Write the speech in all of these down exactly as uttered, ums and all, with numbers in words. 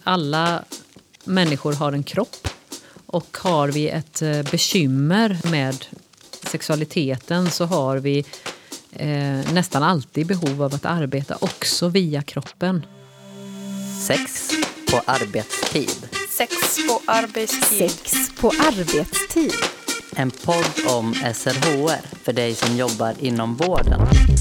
alla människor har en kropp. Och har vi ett bekymmer med sexualiteten så har vi eh, nästan alltid behov av att arbeta också via kroppen. Sex på arbetstid. Sex på arbetstid. Sex på arbetstid. En podd om S R H R för dig som jobbar inom vården.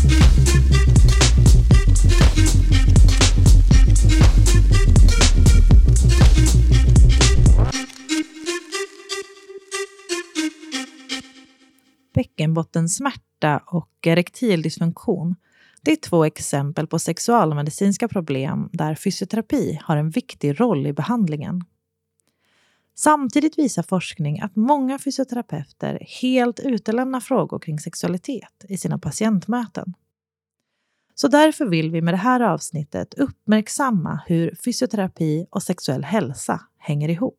Bäckenbottensmärta och erektil dysfunktion. Det är två exempel på sexualmedicinska problem där fysioterapi har en viktig roll i behandlingen. Samtidigt visar forskning att många fysioterapeuter helt utelämnar frågor kring sexualitet i sina patientmöten. Så därför vill vi med det här avsnittet uppmärksamma hur fysioterapi och sexuell hälsa hänger ihop.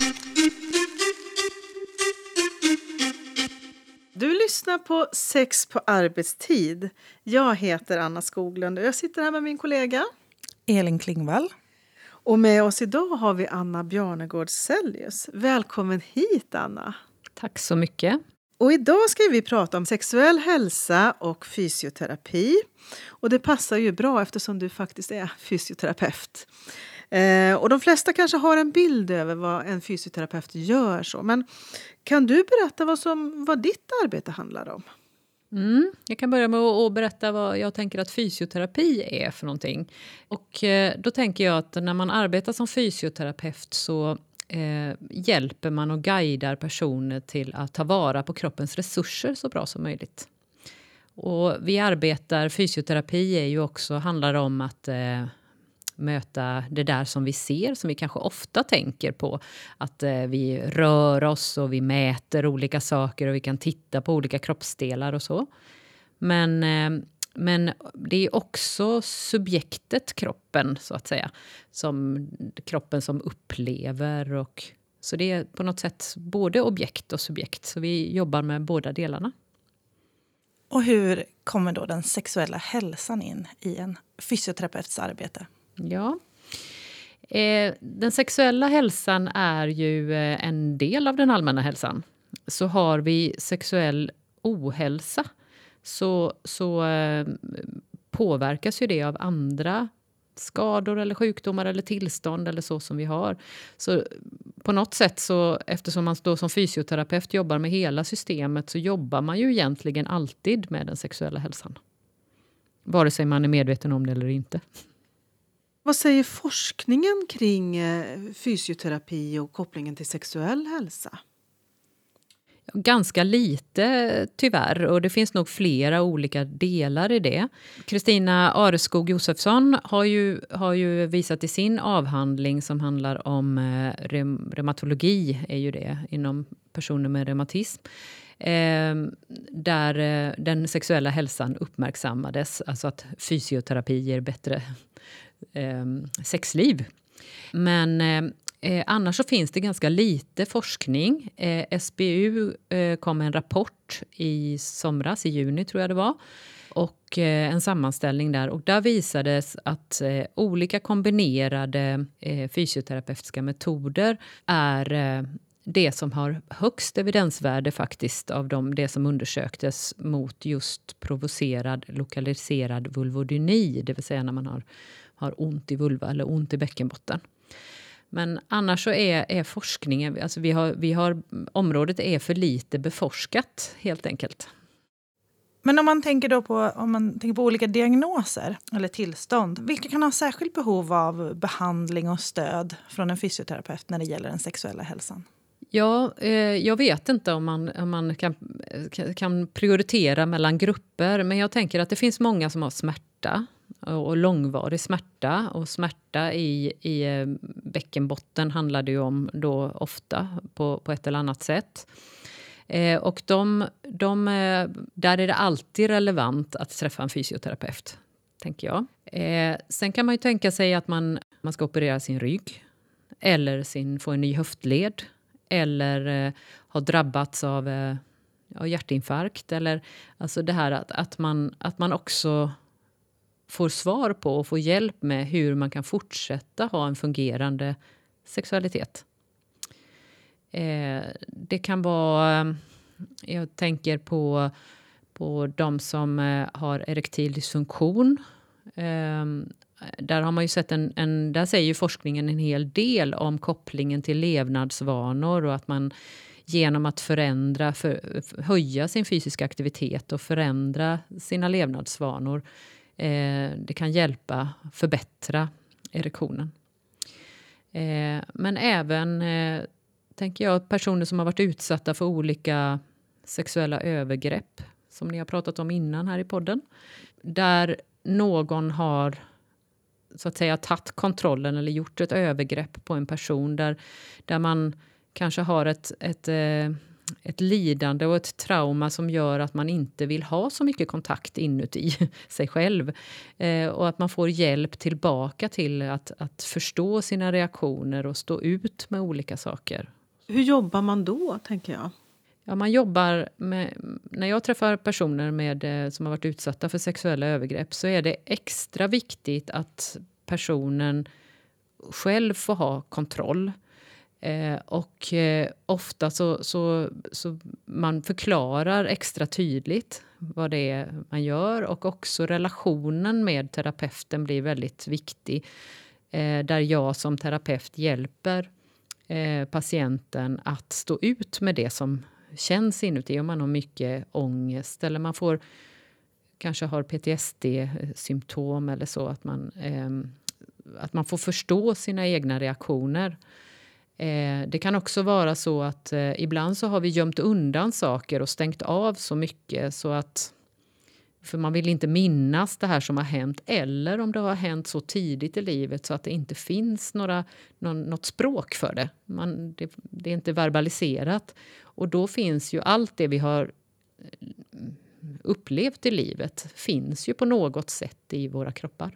Du lyssnar på Sex på arbetstid. Jag heter Anna Skoglund och jag sitter här med min kollega Elin Klingvall. Och med oss idag har vi Anna Bjarnegård Sellius. Välkommen hit, Anna. Tack så mycket. Och idag ska vi prata om sexuell hälsa och fysioterapi. Och det passar ju bra eftersom du faktiskt är fysioterapeut. Eh, och de flesta kanske har en bild över vad en fysioterapeut gör. Så. Men kan du berätta vad, som, vad ditt arbete handlar om? Mm, jag kan börja med att berätta vad jag tänker att fysioterapi är för någonting. Och eh, då tänker jag att när man arbetar som fysioterapeut så eh, hjälper man och guidar personer till att ta vara på kroppens resurser så bra som möjligt. Och vi arbetar, fysioterapi är ju också, handlar om att eh, möta det där som vi ser, som vi kanske ofta tänker på. Att eh, vi rör oss och vi mäter olika saker och vi kan titta på olika kroppsdelar och så. Men, eh, men det är också subjektet, kroppen så att säga. Som kroppen som upplever. Och, så det är på något sätt både objekt och subjekt. Så vi jobbar med båda delarna. Och hur kommer då den sexuella hälsan in i en fysioterapeuts arbete? Ja, eh, den sexuella hälsan är ju eh, en del av den allmänna hälsan. Så har vi sexuell ohälsa så, så eh, påverkas ju det av andra skador eller sjukdomar eller tillstånd eller så som vi har. Så på något sätt så, eftersom man då som fysioterapeut jobbar med hela systemet så jobbar man ju egentligen alltid med den sexuella hälsan. Vare sig man är medveten om det eller inte. Vad säger forskningen kring fysioterapi och kopplingen till sexuell hälsa? Ganska lite tyvärr, och det finns nog flera olika delar i det. Kristina Areskog Josefsson har ju, har ju visat i sin avhandling som handlar om eh, reum- reumatologi, är ju det, inom personer med reumatism. Eh, där eh, den sexuella hälsan uppmärksammades, alltså att fysioterapi ger bättre eh, sexliv. Men eh, Eh, annars så finns det ganska lite forskning. Eh, S B U eh, kom med en rapport i somras, i juni tror jag det var. Och eh, en sammanställning där. Och där visades att eh, olika kombinerade eh, fysioterapeutiska metoder är eh, det som har högst evidensvärde faktiskt av de, det som undersöktes mot just provocerad lokaliserad vulvodyni. Det vill säga när man har, har ont i vulva eller ont i bäckenbotten. Men annars så är, är forskningen, alltså vi har, vi har, området är för lite beforskat helt enkelt. Men om man tänker då på, om man tänker på olika diagnoser eller tillstånd, vilka kan ha särskilt behov av behandling och stöd från en fysioterapeut när det gäller den sexuella hälsan? Ja, eh, jag vet inte om man, om man kan, kan prioritera mellan grupper, men jag tänker att det finns många som har smärta. Och långvarig smärta. Och smärta i, i bäckenbotten handlar det ju om då ofta på, på ett eller annat sätt. Eh, och de, de, där är det alltid relevant att träffa en fysioterapeut, tänker jag. Eh, sen kan man ju tänka sig att man, man ska operera sin rygg. Eller sin, få en ny höftled. Eller eh, ha drabbats av eh, ja, hjärtinfarkt. Eller alltså det här att, att, man, att man också får svar på och får hjälp med hur man kan fortsätta ha en fungerande sexualitet. Eh, det kan vara, jag tänker på, på de som eh, har erektil dysfunktion. Eh, där har man ju sett en, en, där säger ju forskningen en hel del om kopplingen till levnadsvanor och att man genom att förändra, för, höja sin fysiska aktivitet och förändra sina levnadsvanor, eh, det kan hjälpa förbättra erektionen. Eh, men även, eh, tänker jag, personer som har varit utsatta för olika sexuella övergrepp, som ni har pratat om innan här i podden, där någon har så att säga tagit kontrollen eller gjort ett övergrepp på en person, där, där man kanske har ett, ett, ett lidande och ett trauma som gör att man inte vill ha så mycket kontakt inuti sig själv. Eh, och att man får hjälp tillbaka till att, att förstå sina reaktioner och stå ut med olika saker. Hur jobbar man då, tänker jag? Ja, man jobbar med, när jag träffar personer med, som har varit utsatta för sexuella övergrepp, så är det extra viktigt att personen själv får ha kontroll. Eh, och eh, ofta så, så, så man förklarar extra tydligt vad det är man gör, och också relationen med terapeuten blir väldigt viktig. Eh, där jag som terapeut hjälper eh, patienten att stå ut med det som känns inuti, om man har mycket ångest eller man får kanske har P T S D-symptom eller så, att man, eh, att man får förstå sina egna reaktioner. Eh, det kan också vara så att eh, ibland så har vi gömt undan saker och stängt av så mycket så att, för man vill inte minnas det här som har hänt, eller om det har hänt så tidigt i livet så att det inte finns några, någon, något språk för det. Man, det. Det är inte verbaliserat, och då finns ju allt det vi har upplevt i livet finns ju på något sätt i våra kroppar.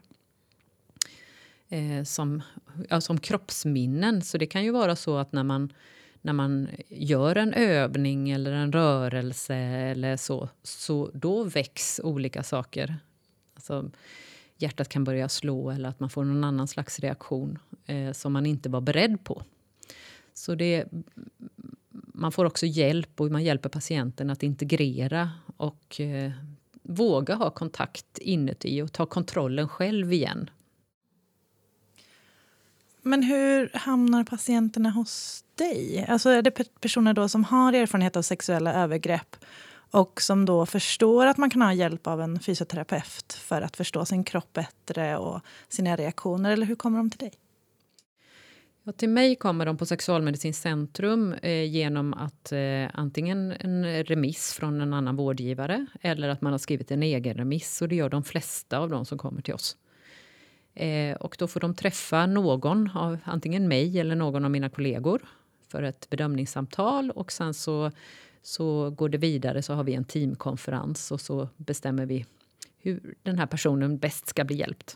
Eh, som, ja, som kroppsminnen. Så det kan ju vara så att när man, när man gör en övning eller en rörelse eller så, så då väcks olika saker. Alltså, hjärtat kan börja slå eller att man får någon annan slags reaktion eh, som man inte var beredd på. Så det, man får också hjälp, och man hjälper patienten att integrera och eh, våga ha kontakt inuti och ta kontrollen själv igen. Men hur hamnar patienterna hos dig? Alltså är det personer då som har erfarenhet av sexuella övergrepp och som då förstår att man kan ha hjälp av en fysioterapeut för att förstå sin kropp bättre och sina reaktioner, eller hur kommer de till dig? Ja, till mig kommer de på Sexualmedicinskt centrum eh, genom att eh, antingen en remiss från en annan vårdgivare eller att man har skrivit en egen remiss, och det gör de flesta av de som kommer till oss. Eh, och då får de träffa någon av antingen mig eller någon av mina kollegor för ett bedömningssamtal, och sen så, så går det vidare, så har vi en teamkonferens och så bestämmer vi hur den här personen bäst ska bli hjälpt.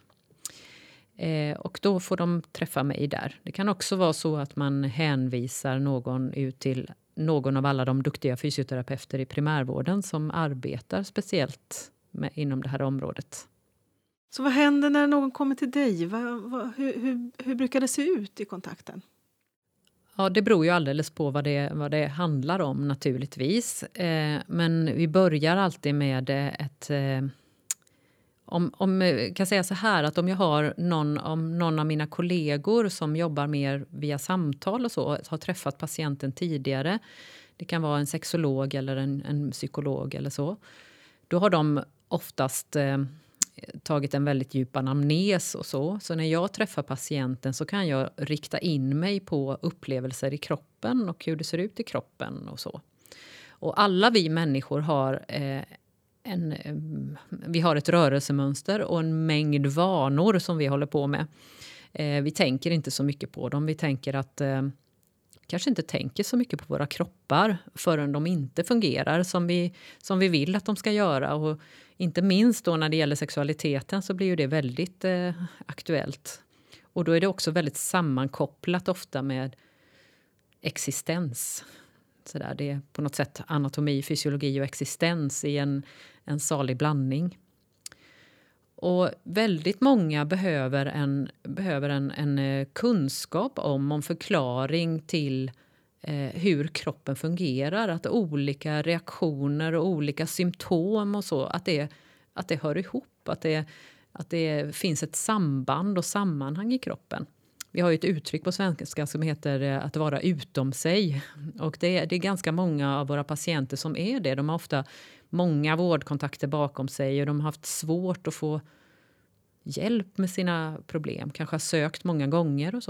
Eh, och då får de träffa mig där. Det kan också vara så att man hänvisar någon ut till någon av alla de duktiga fysioterapeuter i primärvården som arbetar speciellt med, inom det här området. Så vad händer när någon kommer till dig? Vad, vad, hur, hur, hur brukar det se ut i kontakten? Ja, det beror ju alldeles på vad det, vad det handlar om naturligtvis. Eh, men vi börjar alltid med ett... Eh, om, om kan säga så här, att om jag har någon, om någon av mina kollegor som jobbar mer via samtal och så, har träffat patienten tidigare, det kan vara en sexolog eller en, en psykolog eller så, då har de oftast eh, tagit en väldigt djup anamnes och så. Så när jag träffar patienten så kan jag rikta in mig på upplevelser i kroppen och hur det ser ut i kroppen och så. Och alla vi människor har eh, En, vi har ett rörelsemönster och en mängd vanor som vi håller på med. Eh, vi tänker inte så mycket på dem. Vi tänker att eh, kanske inte tänker så mycket på våra kroppar förrän de inte fungerar som vi, som vi vill att de ska göra. Och inte minst då när det gäller sexualiteten så blir ju det väldigt eh, aktuellt. Och då är det också väldigt sammankopplat ofta med existens. Så där, det är på något sätt anatomi, fysiologi och existens i en, en salig blandning. Och väldigt många behöver en, behöver en, en kunskap om, om förklaring till eh, hur kroppen fungerar. Att olika reaktioner och olika symptom och så, att det, att det hör ihop. Att det, att det finns ett samband och sammanhang i kroppen. Vi har ju ett uttryck på svenska som heter att vara utom sig. Och det, det är ganska många av våra patienter som är det. De har ofta många vårdkontakter bakom sig och de har haft svårt att få hjälp med sina problem. Kanske har sökt många gånger och så.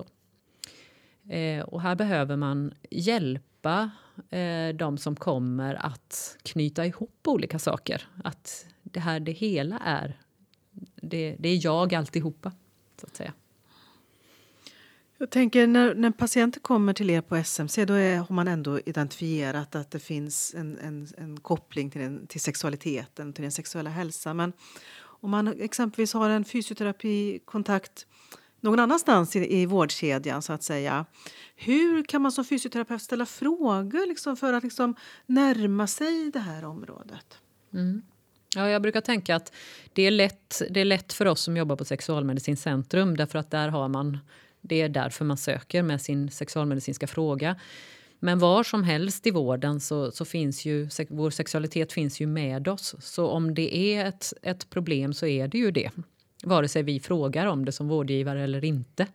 Eh, och här behöver man hjälpa eh, de som kommer att knyta ihop olika saker. Att det här, det hela är, det, det är jag alltihopa, så att säga. Jag tänker när, när patienter kommer till er på S M C, då är, har man ändå identifierat att det finns en, en, en koppling till, den, till sexualiteten, till den sexuella hälsan. Men om man exempelvis har en fysioterapikontakt någon annanstans i, i vårdkedjan så att säga. Hur kan man som fysioterapeut ställa frågor liksom, för att liksom, närma sig det här området? Mm. Ja, jag brukar tänka att det är, lätt, det är lätt för oss som jobbar på Sexualmedicinskt centrum, därför att där har man, det är därför man söker med sin sexualmedicinska fråga. Men var som helst i vården så, så finns ju, vår sexualitet finns ju med oss. Så om det är ett, ett problem så är det ju det. Vare sig vi frågar om det som vårdgivare eller inte.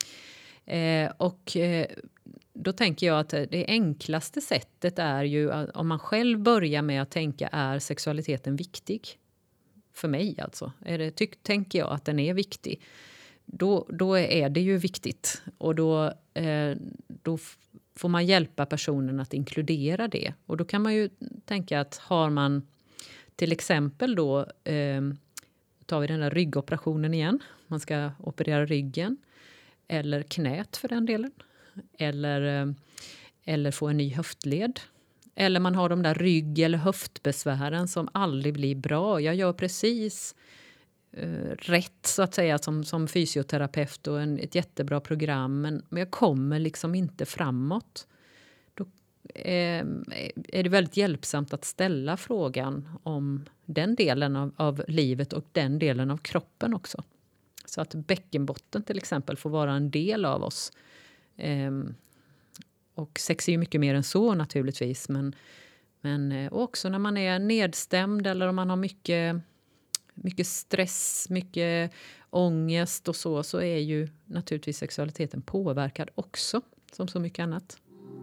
Eh, och eh, då tänker jag att det enklaste sättet är ju att om man själv börjar med att tänka, är sexualiteten viktig? För mig alltså. Är det, tyck, tänker jag att den är viktig. Då, då är det ju viktigt. Och då, eh, då får man hjälpa personen att inkludera det. Och då kan man ju tänka att har man till exempel då, eh, tar vi den där ryggoperationen igen. Man ska operera ryggen. Eller knät för den delen. Eller, eh, eller få en ny höftled. Eller man har de där rygg- eller höftbesvären som aldrig blir bra. Jag gör precis Uh, rätt så att säga som, som fysioterapeut och en, ett jättebra program, men, men jag kommer liksom inte framåt. Då eh, är det väldigt hjälpsamt att ställa frågan om den delen av, av livet och den delen av kroppen också. Så att bäckenbotten till exempel får vara en del av oss. Eh, och sex är ju mycket mer än så naturligtvis, men, men också när man är nedstämd eller om man har mycket mycket stress, mycket ångest och så, så är ju naturligtvis sexualiteten påverkad också, som så mycket annat.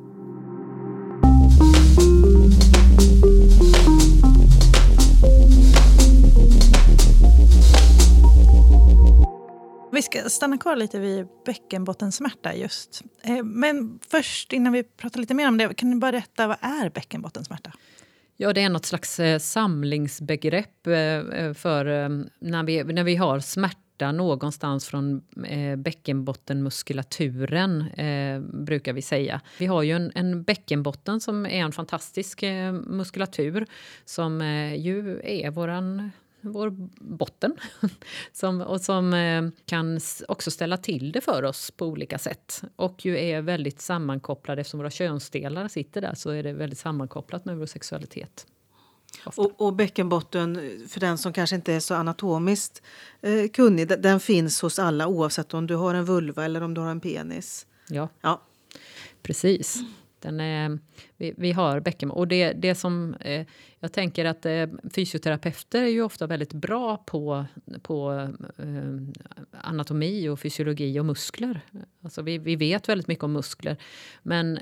Vi ska stanna kvar lite vid bäckenbottensmärta just. Men först, innan vi pratar lite mer om det, kan ni bara berätta, vad är bäckenbottensmärta? Ja, det är något slags eh, samlingsbegrepp eh, för eh, när, vi, när vi har smärta någonstans från eh, bäckenbottenmuskulaturen, eh, brukar vi säga. Vi har ju en, en bäckenbotten som är en fantastisk eh, muskulatur som eh, ju är våran... vår botten som, och som eh, kan också ställa till det för oss på olika sätt och ju är väldigt sammankopplad, eftersom våra könsdelar sitter där så är det väldigt sammankopplat med vår sexualitet. Och, och bäckenbotten, för den som kanske inte är så anatomiskt eh, kunnig, den finns hos alla oavsett om du har en vulva eller om du har en penis. Ja, ja. Precis. Den är, vi, vi har bäcken och det, det som eh, jag tänker att eh, fysioterapeuter är ju ofta väldigt bra på, på eh, anatomi och fysiologi och muskler. Alltså vi, vi vet väldigt mycket om muskler, men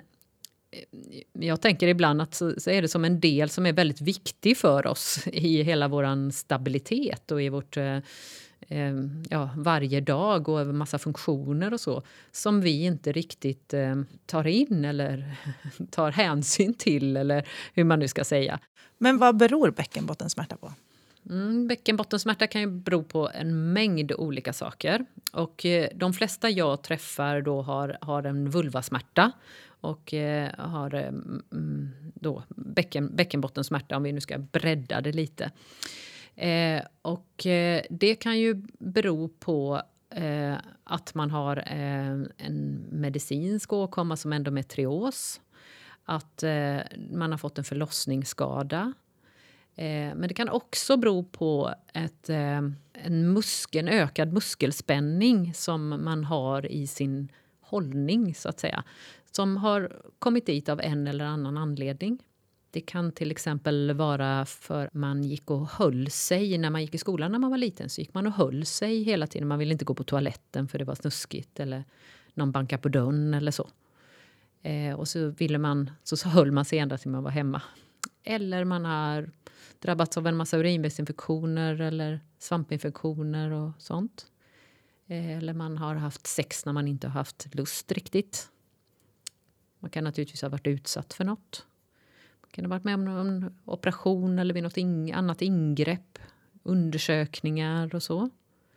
jag tänker ibland att så, så är det som en del som är väldigt viktig för oss i hela våran stabilitet och i vårt eh, ja, varje dag och över massa funktioner och så som vi inte riktigt eh, tar in eller tar hänsyn till eller hur man nu ska säga. Men vad beror bäckenbottensmärta på? Mm, bäckenbottensmärta kan ju bero på en mängd olika saker och eh, de flesta jag träffar då har, har en vulvasmärta och eh, har eh, då bäcken, bäckenbottensmärta, om vi nu ska bredda det lite. Eh, och eh, det kan ju bero på eh, att man har eh, en medicinsk åkomma som endometrios, att eh, man har fått en förlossningsskada Eh, men det kan också bero på ett, eh, en, muskel, en ökad muskelspänning som man har i sin hållning, så att säga. Som har kommit dit av en eller annan anledning. Det kan till exempel vara för man gick och höll sig när man gick i skolan när man var liten. Så gick man och höll sig hela tiden. Man ville inte gå på toaletten för det var snuskigt. Eller någon banka på dörren eller så. Eh, och så, ville man, så, så höll man sig ända till man var hemma. Eller man har drabbats av en massa urinvägsinfektioner eller svampinfektioner och sånt. Eh, eller man har haft sex när man inte har haft lust riktigt. Man kan naturligtvis ha varit utsatt för något. Man kan ha varit med om någon operation eller vid något in, annat ingrepp. Undersökningar och så.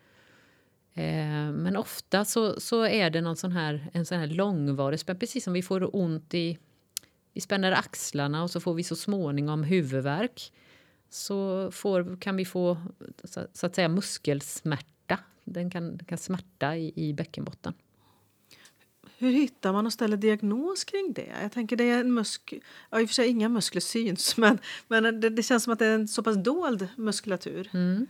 Eh, men ofta så, så är det någon sån här, en sån här långvarig spänn. Precis som vi får ont i... Vi spänner axlarna och så får vi så småningom huvudvärk. Så får, kan vi få så, så att säga muskelsmärta. Den kan, kan smärta i, i bäckenbotten. Hur hittar man och ställer diagnos kring det? Jag tänker det är en muskel... Ja, i och för sig inga muskler syns. Men, men det, det känns som att det är en så pass dold muskulatur. Mm.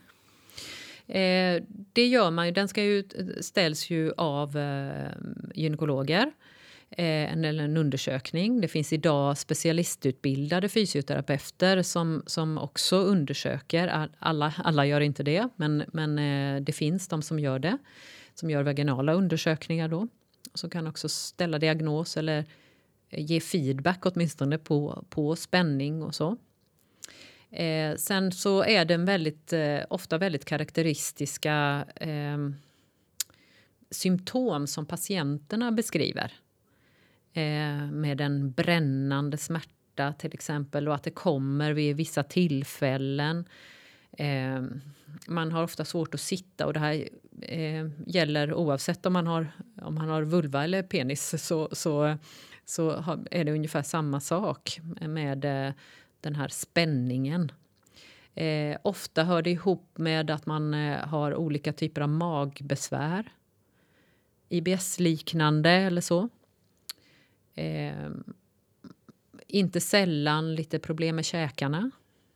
Eh, det gör man ju. Den ska ju, ställs ju av eh, gynekologer. Eh, en, eller en undersökning. Det finns idag specialistutbildade fysioterapeuter som, som också undersöker. Alla, alla gör inte det. Men, men eh, det finns de som gör det. Som gör vaginala undersökningar då. Som kan också ställa diagnos eller ge feedback åtminstone på, på spänning och så. Eh, sen så är det väldigt, eh, ofta väldigt karaktäristiska eh, symptom som patienterna beskriver. Eh, med en brännande smärta till exempel och att det kommer vid vissa tillfällen. Eh, man har ofta svårt att sitta och det här eh, gäller oavsett om man har, om man har vulva eller penis så, så, så har, är det ungefär samma sak med eh, den här spänningen. Eh, ofta hör det ihop med att man eh, har olika typer av magbesvär. I B S-liknande eller så. Eh, inte sällan lite problem med käkarna.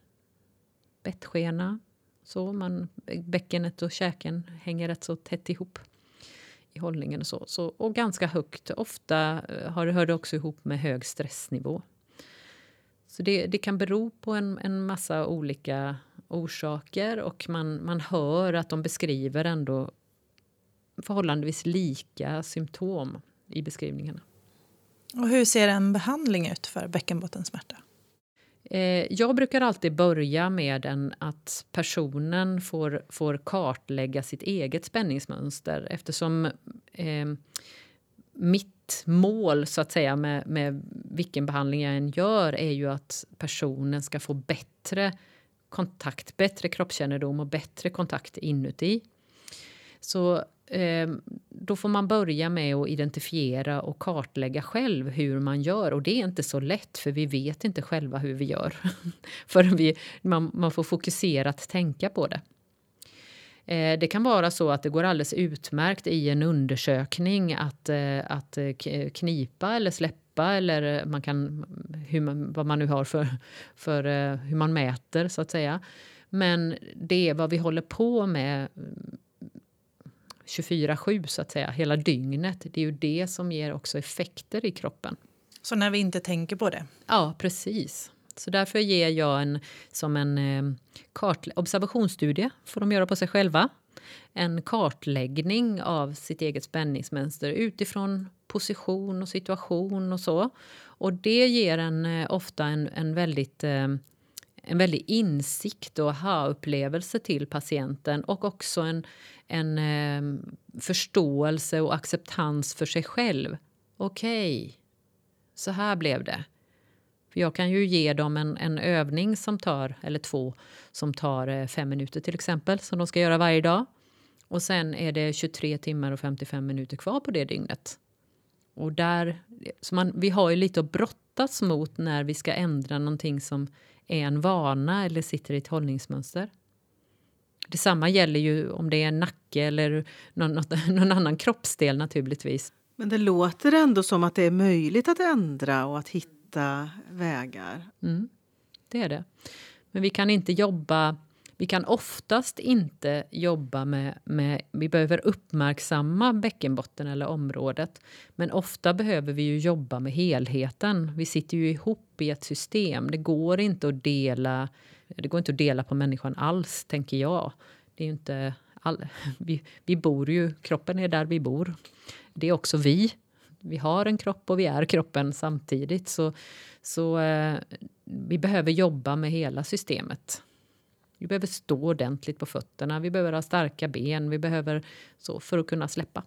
Bettskena. Så man, bäckenet och käken hänger rätt så tätt ihop i hållningen och så. så och ganska högt. Ofta har det hör det också ihop med hög stressnivå. Så det, det kan bero på en, en massa olika orsaker och man, man hör att de beskriver ändå förhållandevis lika symptom i beskrivningarna. Och hur ser en behandling ut för bäckenbottensmärta? Eh, jag brukar alltid börja med en, att personen får, får kartlägga sitt eget spänningsmönster eftersom eh, mitt mål så att säga med, med vilken behandling jag än gör är ju att personen ska få bättre kontakt, bättre kroppskännedom och bättre kontakt inuti. Så eh, då får man börja med att identifiera och kartlägga själv hur man gör. Och det är inte så lätt för vi vet inte själva hur vi gör. för vi, man, man får fokuserat tänka på det. Eh, det kan vara så att det går alldeles utmärkt i en undersökning att, eh, att knipa eller släppa. Eller man kan, hur man, vad man nu har för, för eh, hur man mäter så att säga. Men det är vad vi håller på med tjugofyra sju så att säga, hela dygnet. Det är ju det som ger också effekter i kroppen. Så när vi inte tänker på det? Ja, precis. Så därför ger jag en som en eh, kart, observationsstudie får de göra på sig själva. En kartläggning av sitt eget spänningsmönster utifrån position och situation och så. Och det ger en eh, ofta en, en väldigt eh, en väldig insikt och aha-upplevelse till patienten och också en, en eh, förståelse och acceptans för sig själv. Okej, okay, så här blev det. För jag kan ju ge dem en, en övning som tar, eller två, som tar eh, fem minuter till exempel, som de ska göra varje dag. Och sen är det tjugotre timmar och femtiofem minuter kvar på det dygnet. Och där, så man, vi har ju lite att brottas mot när vi ska ändra någonting som är en vana eller sitter i ett hållningsmönster. Detsamma gäller ju om det är en nacke eller någon, något, någon annan kroppsdel naturligtvis. Men det låter ändå som att det är möjligt att ändra och att hitta vägar. Mm, det är det. Men vi kan inte jobba, vi kan oftast inte jobba med, med, vi behöver uppmärksamma bäckenbotten eller området. Men ofta behöver vi ju jobba med helheten. Vi sitter ju ihop i ett system. Det går inte att dela, det går inte att dela på människan alls, tänker jag. Det är ju inte all, vi, vi bor ju, kroppen är där vi bor. Det är också vi. Vi har en kropp och vi är kroppen samtidigt. Så, så eh, vi behöver jobba med hela systemet. Vi behöver stå ordentligt på fötterna. Vi behöver ha starka ben. Vi behöver så för att kunna släppa.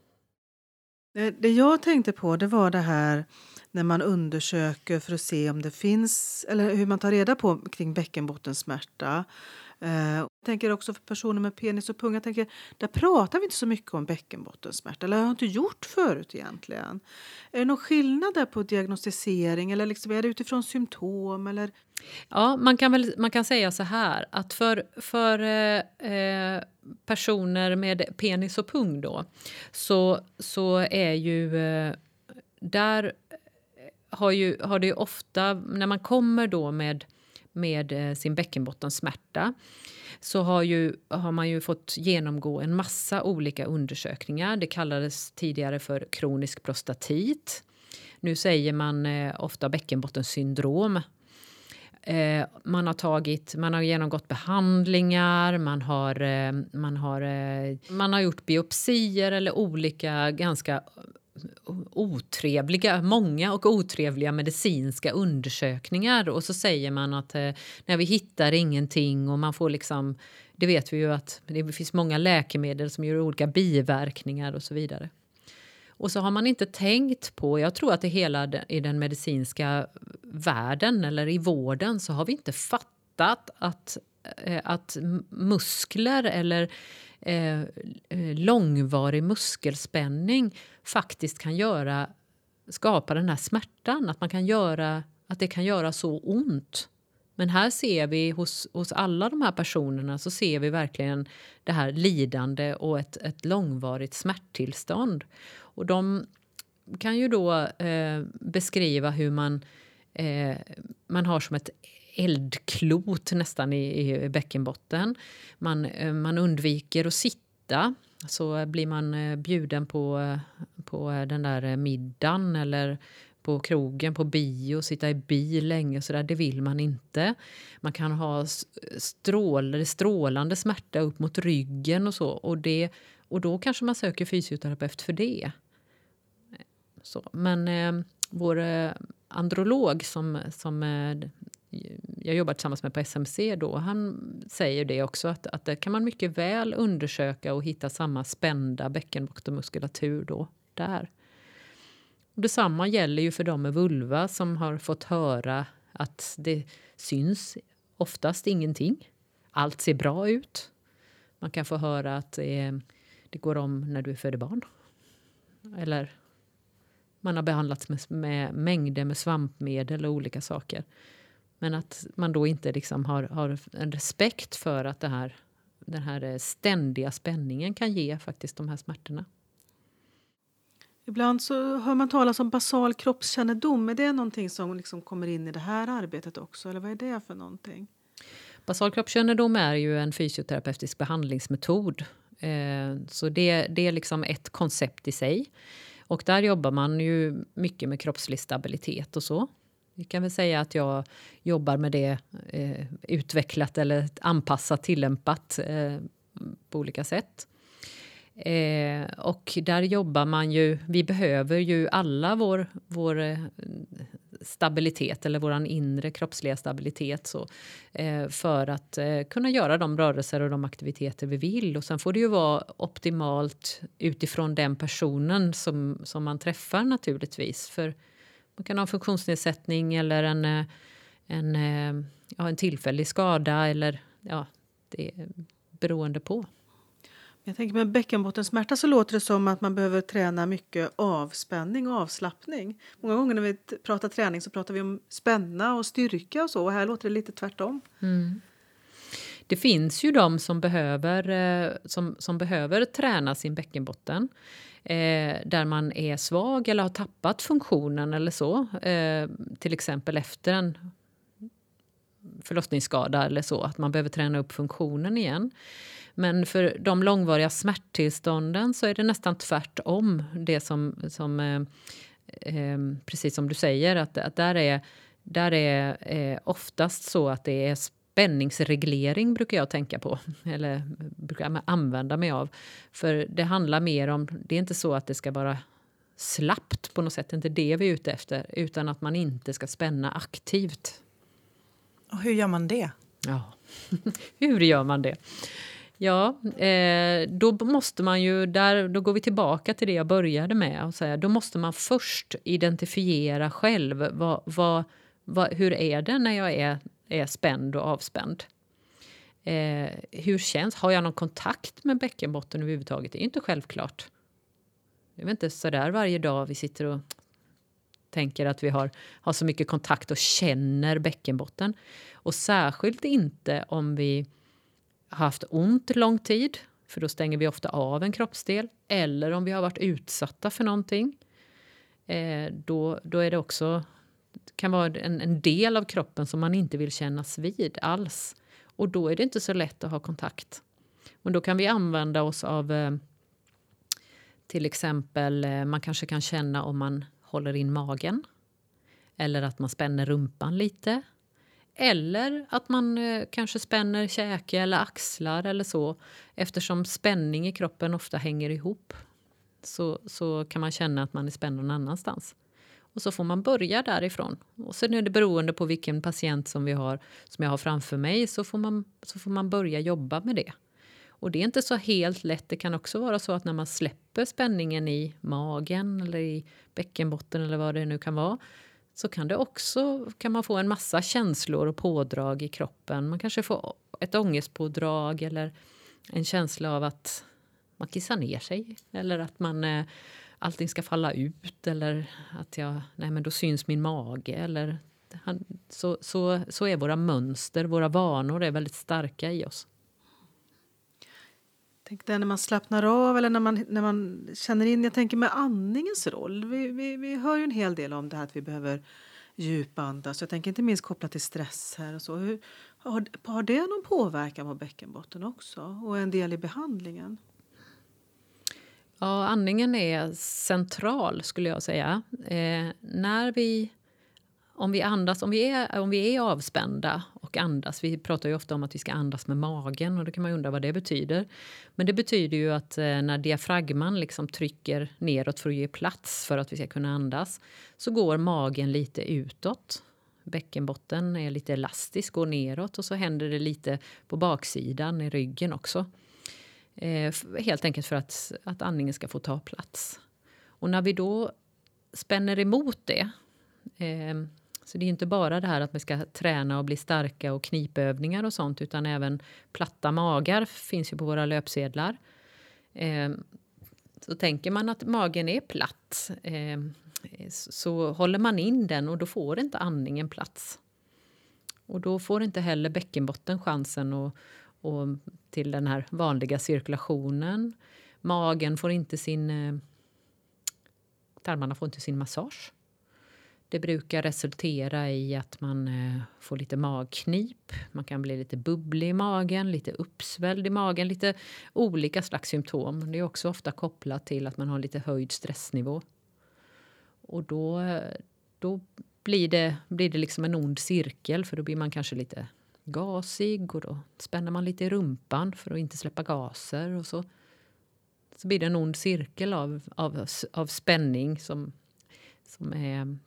Det, det jag tänkte på, det var det här när man undersöker för att se om det finns, eller hur man tar reda på kring bäckenbottensmärta. Eh, jag tänker också för personer med penis och pung. Jag tänker, där pratar vi inte så mycket om bäckenbottensmärta. Eller har jag inte gjort förut egentligen. Är det någon skillnad där på diagnostisering? Eller liksom, är det utifrån symptom? Eller? Ja, man kan, väl, man kan säga så här. Att för, för eh, personer med penis och pung då. Så, så är ju... Eh, där har, ju, har det ju ofta... När man kommer då med... med sin bäckenbottensmärta så har, ju, har man ju fått genomgå en massa olika undersökningar. Det kallades tidigare för kronisk prostatit. Nu säger man eh, ofta bäckenbottensyndrom. Eh, man har tagit, man har genomgått behandlingar, man har, eh, man har, eh, man har gjort biopsier eller olika ganska otrevliga, många och otrevliga medicinska undersökningar, och så säger man att eh, när vi hittar ingenting, och man får liksom, det vet vi ju att det finns många läkemedel som gör olika biverkningar och så vidare. Och så har man inte tänkt på, jag tror att det hela i den medicinska världen eller i vården så har vi inte fattat att, eh, att muskler eller Eh, långvarig muskelspänning faktiskt kan göra, skapa den här smärtan, att man kan göra, att det kan göra så ont. Men här ser vi hos, hos alla de här personerna, så ser vi verkligen det här lidande och ett, ett långvarigt smärttillstånd. Och de kan ju då eh, beskriva hur man, eh, man har som ett eldklot nästan i, i bäckenbotten. Man, man undviker att sitta, så blir man bjuden på, på den där middagen eller på krogen, på bio, sitta i bil länge, så där, det vill man inte. Man kan ha strål, strålande smärta upp mot ryggen och så, och, det, och då kanske man söker fysioterapeut för det. Så, men eh, vår eh, androlog som, som eh, jag jobbar tillsammans med på S M C då, han säger det också, att, att det kan man mycket väl undersöka och hitta samma spända bäckenbottenmuskulatur då, där. Och detsamma gäller ju för de med vulva som har fått höra att det syns oftast ingenting. Allt ser bra ut. Man kan få höra att det, det går om när du föder barn. Eller man har behandlats med, med mängder med svampmedel och olika saker. Men att man då inte liksom har, har en respekt för att det här, den här ständiga spänningen kan ge faktiskt de här smärtorna. Ibland så hör man talas om basal kroppskännedom. Är det någonting som liksom kommer in i det här arbetet också? Eller vad är det för någonting? Basal kroppskännedom är ju en fysioterapeutisk behandlingsmetod. Eh, så det, det är liksom ett koncept i sig. Och där jobbar man ju mycket med kroppslig stabilitet och så. Vi kan väl säga att jag jobbar med det eh, utvecklat eller anpassat, tillämpat eh, på olika sätt. Eh, och där jobbar man ju, vi behöver ju alla vår, vår eh, stabilitet eller våran inre kroppsliga stabilitet så, eh, för att eh, kunna göra de rörelser och de aktiviteter vi vill. Och sen får det ju vara optimalt utifrån den personen som, som man träffar naturligtvis. För man kan ha en funktionsnedsättning eller en, en, ja, en tillfällig skada eller ja, det är beroende på. Jag tänker med bäckenbottensmärta så låter det som att man behöver träna mycket avspänning och avslappning. Många gånger när vi pratar träning så pratar vi om spänna och styrka och så. Och här låter det lite tvärtom. Mm. Det finns ju de som behöver, som, som behöver träna sin bäckenbotten. Eh, där man är svag eller har tappat funktionen eller så. Eh, till exempel efter en förlossningsskada eller så, att man behöver träna upp funktionen igen. Men för de långvariga smärttillstånden så är det nästan tvärtom. Det som, som eh, eh, precis som du säger, att, att där är, där är eh, oftast så att det är spänningsreglering brukar jag tänka på. Eller brukar jag använda mig av. För det handlar mer om, det är inte så att det ska vara slappt på något sätt, det är inte det vi är ute efter. Utan att man inte ska spänna aktivt. Och hur gör man det? Ja, hur gör man det? Ja, eh, då måste man ju, där, då går vi tillbaka till det jag började med och säga, då måste man först identifiera själv vad, vad, vad, hur är det när jag är, är spänd och avspänd. Eh, hur känns, har jag någon kontakt med bäckenbotten överhuvudtaget? Det är inte självklart. Det är inte så där varje dag vi sitter och tänker att vi har, har så mycket kontakt och känner bäckenbotten. Och särskilt inte om vi har haft ont lång tid, för då stänger vi ofta av en kroppsdel. Eller om vi har varit utsatta för någonting. Eh, då, då är det också, kan vara en, en del av kroppen som man inte vill kännas vid alls. Och då är det inte så lätt att ha kontakt. Men då kan vi använda oss av eh, till exempel, eh, man kanske kan känna om man håller in magen. Eller att man spänner rumpan lite. Eller att man eh, kanske spänner käke eller axlar eller så. Eftersom spänning i kroppen ofta hänger ihop. Så, så kan man känna att man är spänd någon annanstans. Och så får man börja därifrån. Och sen är det beroende på vilken patient som vi har, som jag har framför mig. Så får man, så får man börja jobba med det. Och det är inte så helt lätt. Det kan också vara så att när man släpper spänningen i magen eller i bäckenbotten eller vad det nu kan vara. Så kan det också, kan man få en massa känslor och pådrag i kroppen. Man kanske får ett ångestpådrag eller en känsla av att man kissar ner sig. Eller att man, eh, allting ska falla ut. Eller att jag, nej men då syns min mage. Eller, så, så, så är våra mönster, våra vanor är väldigt starka i oss. Tänk det när man slappnar av eller när man, när man känner in, jag tänker med andningens roll. Vi, vi, vi hör ju en hel del om det här att vi behöver djupandas. Jag tänker inte minst kopplat till stress här och så. Hur, har, har det någon påverkan på bäckenbotten också? Och en del i behandlingen? Ja, andningen är central skulle jag säga. Eh, när vi... Om vi andas, om vi, är, om vi är avspända och andas, vi pratar ju ofta om att vi ska andas med magen och då kan man undra vad det betyder. Men det betyder ju att eh, när diafragman liksom trycker neråt för att ge plats för att vi ska kunna andas så går magen lite utåt. Bäckenbotten är lite elastisk, går neråt och så händer det lite på baksidan i ryggen också. Eh, helt enkelt för att, att andningen ska få ta plats. Och när vi då spänner emot det, eh, så det är inte bara det här att man ska träna och bli starka och knipövningar och sånt, utan även platta magar finns ju på våra löpsedlar. Eh, så tänker man att magen är platt eh, så håller man in den och då får inte andningen plats. Och då får inte heller bäckenbotten chansen att, och till den här vanliga cirkulationen. Magen får inte sin... Eh, tarmarna får inte sin massage. Det brukar resultera i att man eh, får lite magknip. Man kan bli lite bubblig i magen, lite uppsvälld i magen. Lite olika slags symptom. Det är också ofta kopplat till att man har lite höjd stressnivå. Och då, då blir, det, blir det liksom en ond cirkel. För då blir man kanske lite gasig. Och då spänner man lite i rumpan för att inte släppa gaser. Och så, så blir det en ond cirkel av, av, av spänning som, som är...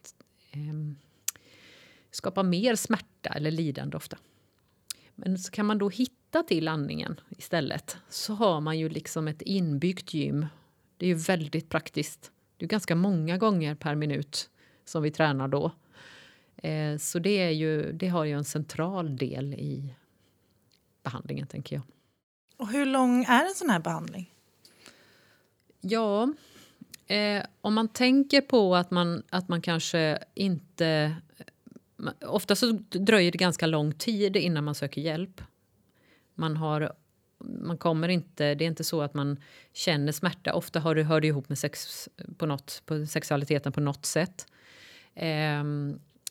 skapa mer smärta eller lidande ofta. Men så kan man då hitta till andningen istället. Så har man ju liksom ett inbyggt gym. Det är ju väldigt praktiskt. Det är ganska många gånger per minut som vi tränar då. Så det, är ju, det har ju en central del i behandlingen, tänker jag. Och hur lång är en sån här behandling? Ja... Eh, om man tänker på att man, att man kanske inte... Ofta så dröjer det ganska lång tid innan man söker hjälp. Man, har, man kommer inte... Det är inte så att man känner smärta. Ofta har det, hör det ihop med sex, på något, på sexualiteten på något sätt. Eh,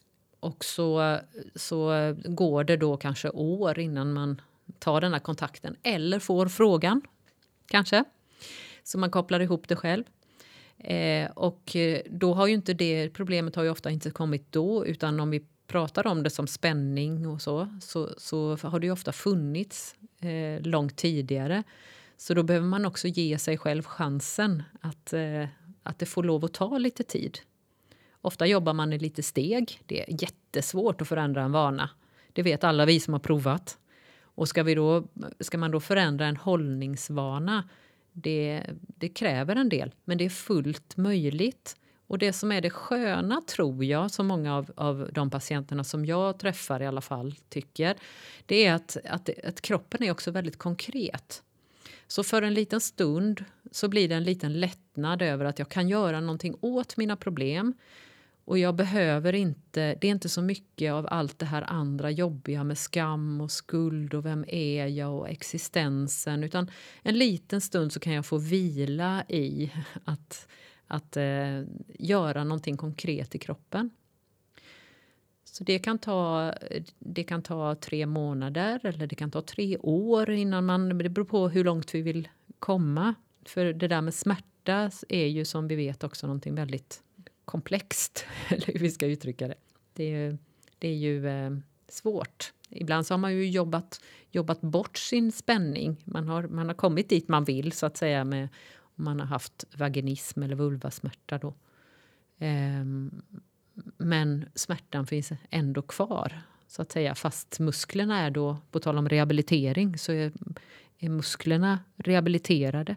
och så, så går det då kanske år innan man tar den här kontakten. Eller får frågan, kanske. Så man kopplar ihop det själv. Eh, och då har ju inte det problemet har ju ofta inte kommit då, utan om vi pratar om det som spänning och så, så, så har det ju ofta funnits eh, långt tidigare. Så då behöver man också ge sig själv chansen att, eh, att det får lov att ta lite tid. Ofta jobbar man i lite steg. Det är jättesvårt att förändra en vana. Det vet alla vi som har provat. Och ska, vi då, ska man då förändra en hållningsvana, det, det kräver en del. Men det är fullt möjligt. Och det som är det sköna, tror jag, som många av, av de patienterna som jag träffar i alla fall tycker, det är att, att, att kroppen är också väldigt konkret. Så för en liten stund så blir det en liten lättnad över att jag kan göra någonting åt mina problem. Och jag behöver inte, det är inte så mycket av allt det här andra jobbiga med skam och skuld och vem är jag och existensen. Utan en liten stund så kan jag få vila i att, att eh, göra någonting konkret i kroppen. Så det kan ta, det kan ta tre månader eller det kan ta tre år innan man, det beror på hur långt vi vill komma. För det där med smärta är ju som vi vet också någonting väldigt komplext, eller hur vi ska uttrycka det. Det är, det är ju eh, svårt. Ibland så har man ju jobbat, jobbat bort sin spänning. Man har, man har kommit dit man vill, så att säga, med, om man har haft vaginism eller vulvasmärta då. Eh, men smärtan finns ändå kvar, så att säga. Fast musklerna är då, på tal om rehabilitering, så är, är musklerna rehabiliterade.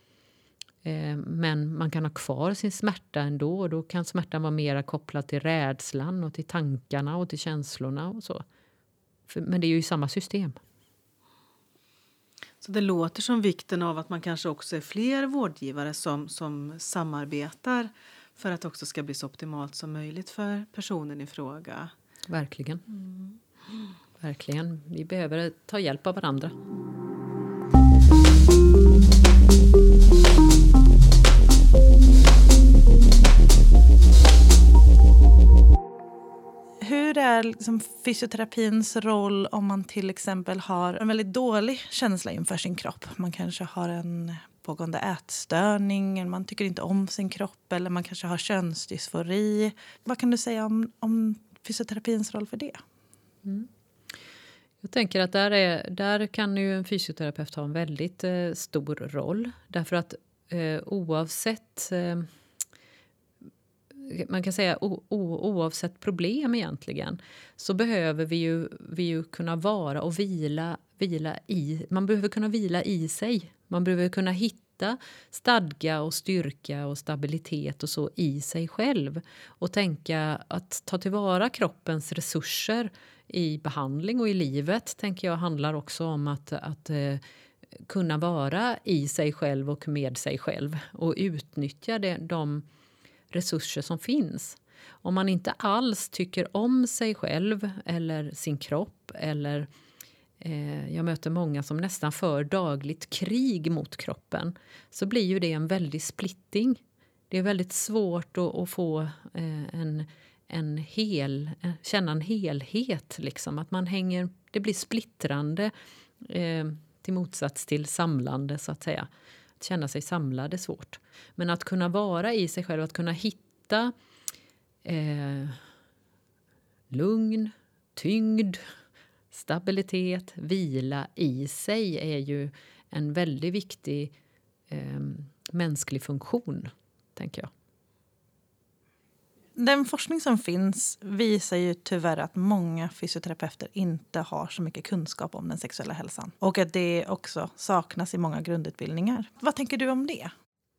Men man kan ha kvar sin smärta ändå, och då kan smärtan vara mer kopplad till rädslan och till tankarna och till känslorna och så. Men det är ju i samma system. Så det låter som vikten av att man kanske också är fler vårdgivare som, som samarbetar för att det också ska bli så optimalt som möjligt för personen i fråga. Verkligen. Mm. Verkligen. Vi behöver ta hjälp av varandra. Hur är liksom fysioterapins roll om man till exempel har en väldigt dålig känsla inför sin kropp? Man kanske har en pågående ätstörning, man tycker inte om sin kropp, eller man kanske har könsdysfori. Vad kan du säga om, om fysioterapins roll för det? Mm. Jag tänker att där, är, där kan ju en fysioterapeut ha en väldigt eh, stor roll. Därför att eh, oavsett... Eh, man kan säga o, o, oavsett problem egentligen, så behöver vi ju, vi ju kunna vara och vila, vila i. Man behöver kunna vila i sig. Man behöver kunna hitta stadga och styrka och stabilitet och så i sig själv. Och tänka att ta tillvara kroppens resurser i behandling och i livet, tänker jag, handlar också om att, att eh, kunna vara i sig själv och med sig själv. Och utnyttja det, de resurser som finns. Om man inte alls tycker om sig själv eller sin kropp, eller eh, jag möter många som nästan för dagligt krig mot kroppen, så blir ju det en väldig splitting. Det är väldigt svårt att, att få eh, en, en hel, känna en helhet, liksom. Att man hänger, det blir splittrande eh, till motsats till samlande, så att säga. Att känna sig samlad är svårt. Men att kunna vara i sig själv, att kunna hitta eh, lugn, tyngd, stabilitet, vila i sig är ju en väldigt viktig eh, mänsklig funktion, tänker jag. Den forskning som finns visar ju tyvärr att många fysioterapeuter inte har så mycket kunskap om den sexuella hälsan. Och att det också saknas i många grundutbildningar. Vad tänker du om det?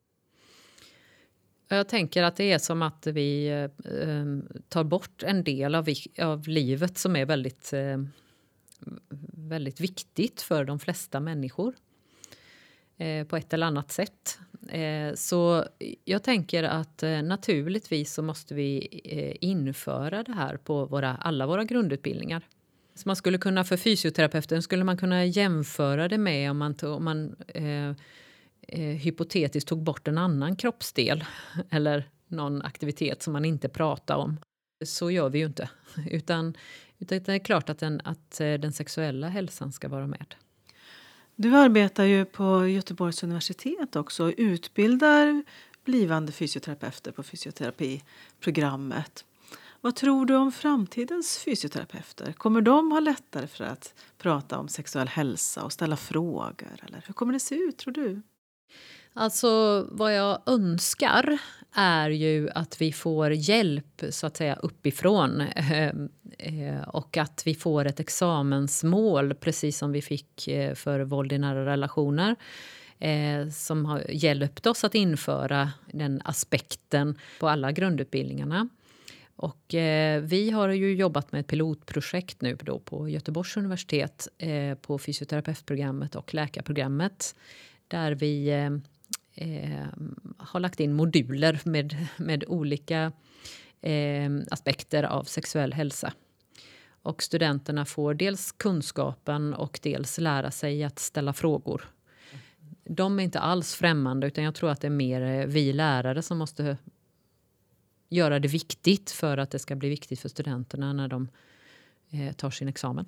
Jag tänker att det är som att vi eh, tar bort en del av, av livet som är väldigt, eh, väldigt viktigt för de flesta människor. Eh, på ett eller annat sätt. Eh, så jag tänker att eh, naturligtvis så måste vi eh, införa det här på våra, alla våra grundutbildningar. Så man skulle kunna, för fysioterapeuten skulle man kunna jämföra det med om man, om man eh, eh, hypotetiskt tog bort en annan kroppsdel eller någon aktivitet som man inte pratar om. Så gör vi ju inte. Utan, utan det är klart att den, att den sexuella hälsan ska vara med. Du arbetar ju på Göteborgs universitet också och utbildar blivande fysioterapeuter på fysioterapiprogrammet. Vad tror du om framtidens fysioterapeuter? Kommer de ha lättare för att prata om sexuell hälsa och ställa frågor? Eller hur kommer det se ut, tror du? Alltså vad jag önskar är ju att vi får hjälp så att säga uppifrån eh, och att vi får ett examensmål precis som vi fick för våld i nära relationer eh, som har hjälpt oss att införa den aspekten på alla grundutbildningarna. Och eh, vi har ju jobbat med ett pilotprojekt nu då på Göteborgs universitet eh, på fysioterapeutprogrammet och läkarprogrammet där vi eh, Eh, har lagt in moduler med, med olika eh, aspekter av sexuell hälsa. Och studenterna får dels kunskapen och dels lära sig att ställa frågor. De är inte alls främmande utan jag tror att det är mer vi lärare som måste göra det viktigt för att det ska bli viktigt för studenterna när de eh, tar sin examen.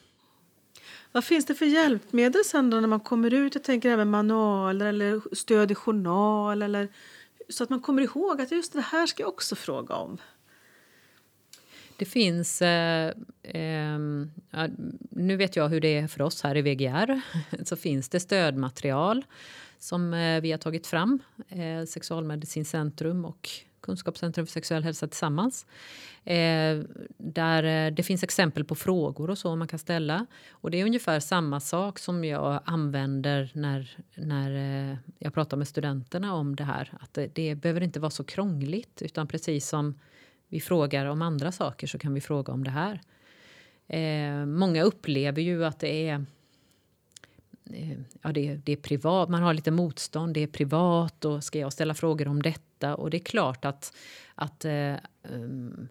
Vad finns det för hjälpmedel sen då när man kommer ut? Jag tänker även manualer eller stöd i journal. Eller, så att man kommer ihåg att just det här ska jag också fråga om. Det finns, eh, eh, ja, nu vet jag hur det är för oss här i V G R. Så finns det stödmaterial som eh, vi har tagit fram. Eh, Sexualmedicincentrum och Kunskapscentrum för sexuell hälsa tillsammans. Eh, där det finns exempel på frågor och så man kan ställa. Och det är ungefär samma sak som jag använder när, när eh, jag pratar med studenterna om det här. Att det, det behöver inte vara så krångligt utan precis som vi frågar om andra saker så kan vi fråga om det här. Eh, många upplever ju att det är Ja, det, det är privat, man har lite motstånd, det är privat och ska jag ställa frågor om detta? Och det är klart att, att eh, um,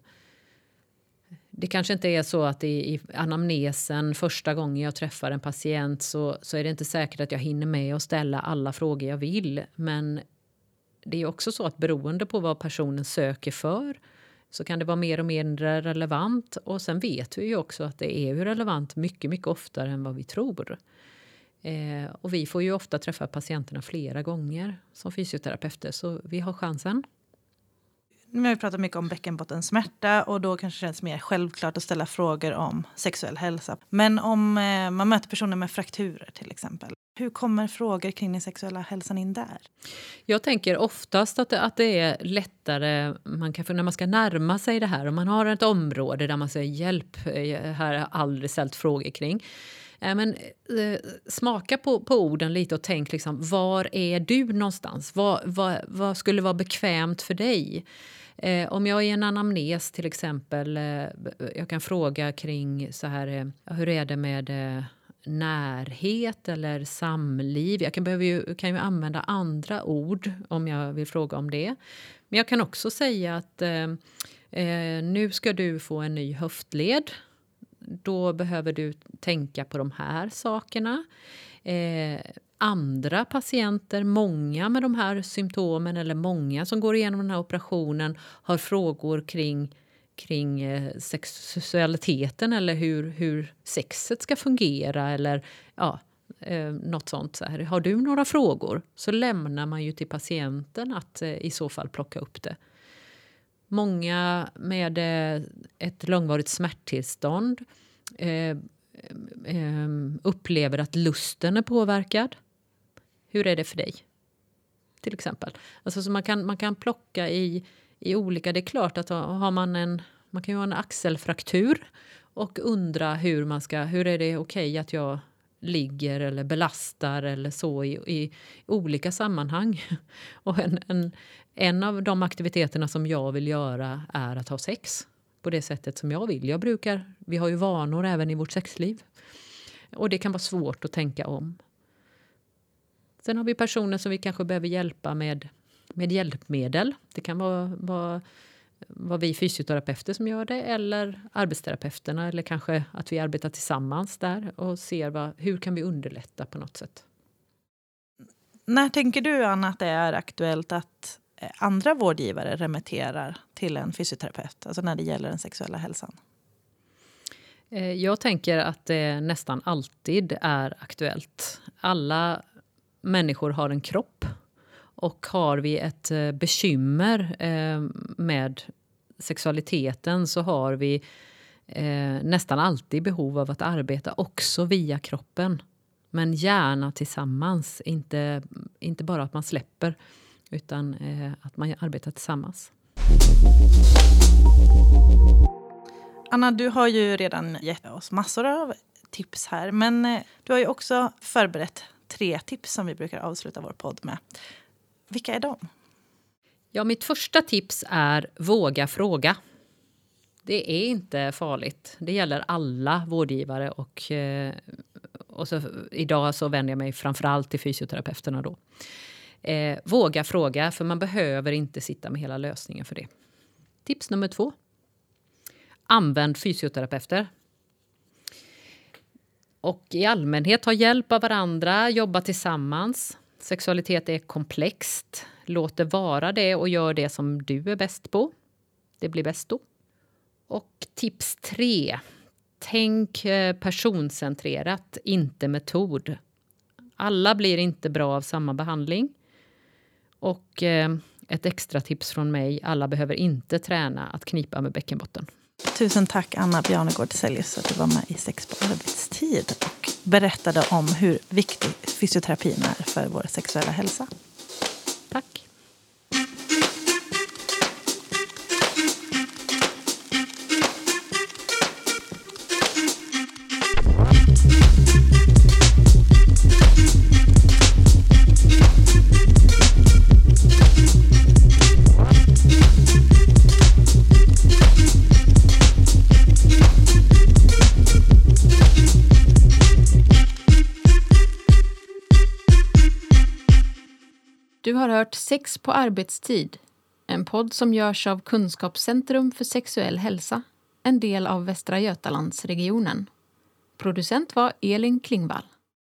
det kanske inte är så att i, i anamnesen första gången jag träffar en patient så, så är det inte säkert att jag hinner med att ställa alla frågor jag vill. Men det är också så att beroende på vad personen söker för så kan det vara mer och mindre relevant. Och sen vet vi ju också att det är ju relevant mycket, mycket oftare än vad vi tror. Eh, och vi får ju ofta träffa patienterna flera gånger som fysioterapeuter så vi har chansen. Nu har vi pratat mycket om bäckenbottensmärta och då kanske det känns mer självklart att ställa frågor om sexuell hälsa. Men om eh, man möter personer med frakturer till exempel, hur kommer frågor kring den sexuella hälsan in där? Jag tänker oftast att det, att det är lättare man kan, för när man ska närma sig det här. Om man har ett område där man säger hjälp, här har jag aldrig ställt frågor kring. Men, eh, smaka på, på orden lite och tänk liksom, var är du någonstans? Vad, vad, vad skulle vara bekvämt för dig? Eh, om jag är i en anamnes till exempel, eh, jag kan fråga kring så här, eh, hur är det med eh, närhet eller samliv? Jag kan, behöver ju, kan ju använda andra ord om jag vill fråga om det. Men jag kan också säga att eh, eh, nu ska du få en ny höftled. Då behöver du tänka på de här sakerna. Eh, andra patienter, många med de här symptomen eller många som går igenom den här operationen har frågor kring, kring eh, sexualiteten eller hur, hur sexet ska fungera eller ja, eh, något sånt. Så här. Har du några frågor så lämnar man ju till patienten att eh, i så fall plocka upp det. Många med ett långvarigt smärttillstånd eh, eh, upplever att lusten är påverkad. Hur är det för dig? Till exempel. Alltså, så man, kan, man kan plocka i, i olika... Det är klart att har man en... Man kan ju ha en axelfraktur och undra hur man ska... Hur är det okej att jag ligger eller belastar eller så i, i olika sammanhang. Och en, en, en av de aktiviteterna som jag vill göra är att ha sex på det sättet som jag vill. Jag brukar, vi har ju vanor även i vårt sexliv. Och det kan vara svårt att tänka om. Sen har vi personer som vi kanske behöver hjälpa med, med hjälpmedel. Det kan vara, vara, vara vi fysioterapeuter som gör det eller arbetsterapeuterna eller kanske att vi arbetar tillsammans där och ser vad, hur kan vi underlätta på något sätt. När tänker du, Anna, att det är aktuellt att andra vårdgivare remitterar till en fysioterapeut, alltså när det gäller den sexuella hälsan? Jag tänker att det nästan alltid är aktuellt. Alla människor har en kropp, och har vi ett bekymmer med sexualiteten så har vi nästan alltid behov av att arbeta också via kroppen. Men gärna tillsammans, inte, inte bara att man släpper utan att man arbetar tillsammans. Anna, du har ju redan gett oss massor av tips här, men du har ju också förberett tre tips som vi brukar avsluta vår podd med. Vilka är de? Ja, mitt första tips är våga fråga. Det är inte farligt. Det gäller alla vårdgivare och, och så, idag så vänder jag mig framförallt till fysioterapeuterna då. Eh, våga fråga, för man behöver inte sitta med hela lösningen för det. Tips nummer två. Använd fysioterapeuter. Och i allmänhet ta hjälp av varandra, jobba tillsammans. Sexualitet är komplext. Låt det vara det och gör det som du är bäst på. Det blir bäst då. Och tips tre. Tänk personcentrerat, inte metod. Alla blir inte bra av samma behandling. Och eh, ett extra tips från mig. Alla behöver inte träna att knipa med bäckenbotten. Tusen tack Anna Bjarnegård-Sellius att du var med i Sex på arbetstid och berättade om hur viktig fysioterapin är för vår sexuella hälsa. Tack. Du har hört Sex på arbetstid, en podd som görs av Kunskapscentrum för sexuell hälsa, en del av Västra Götalandsregionen. Producent var Elin Klingvall.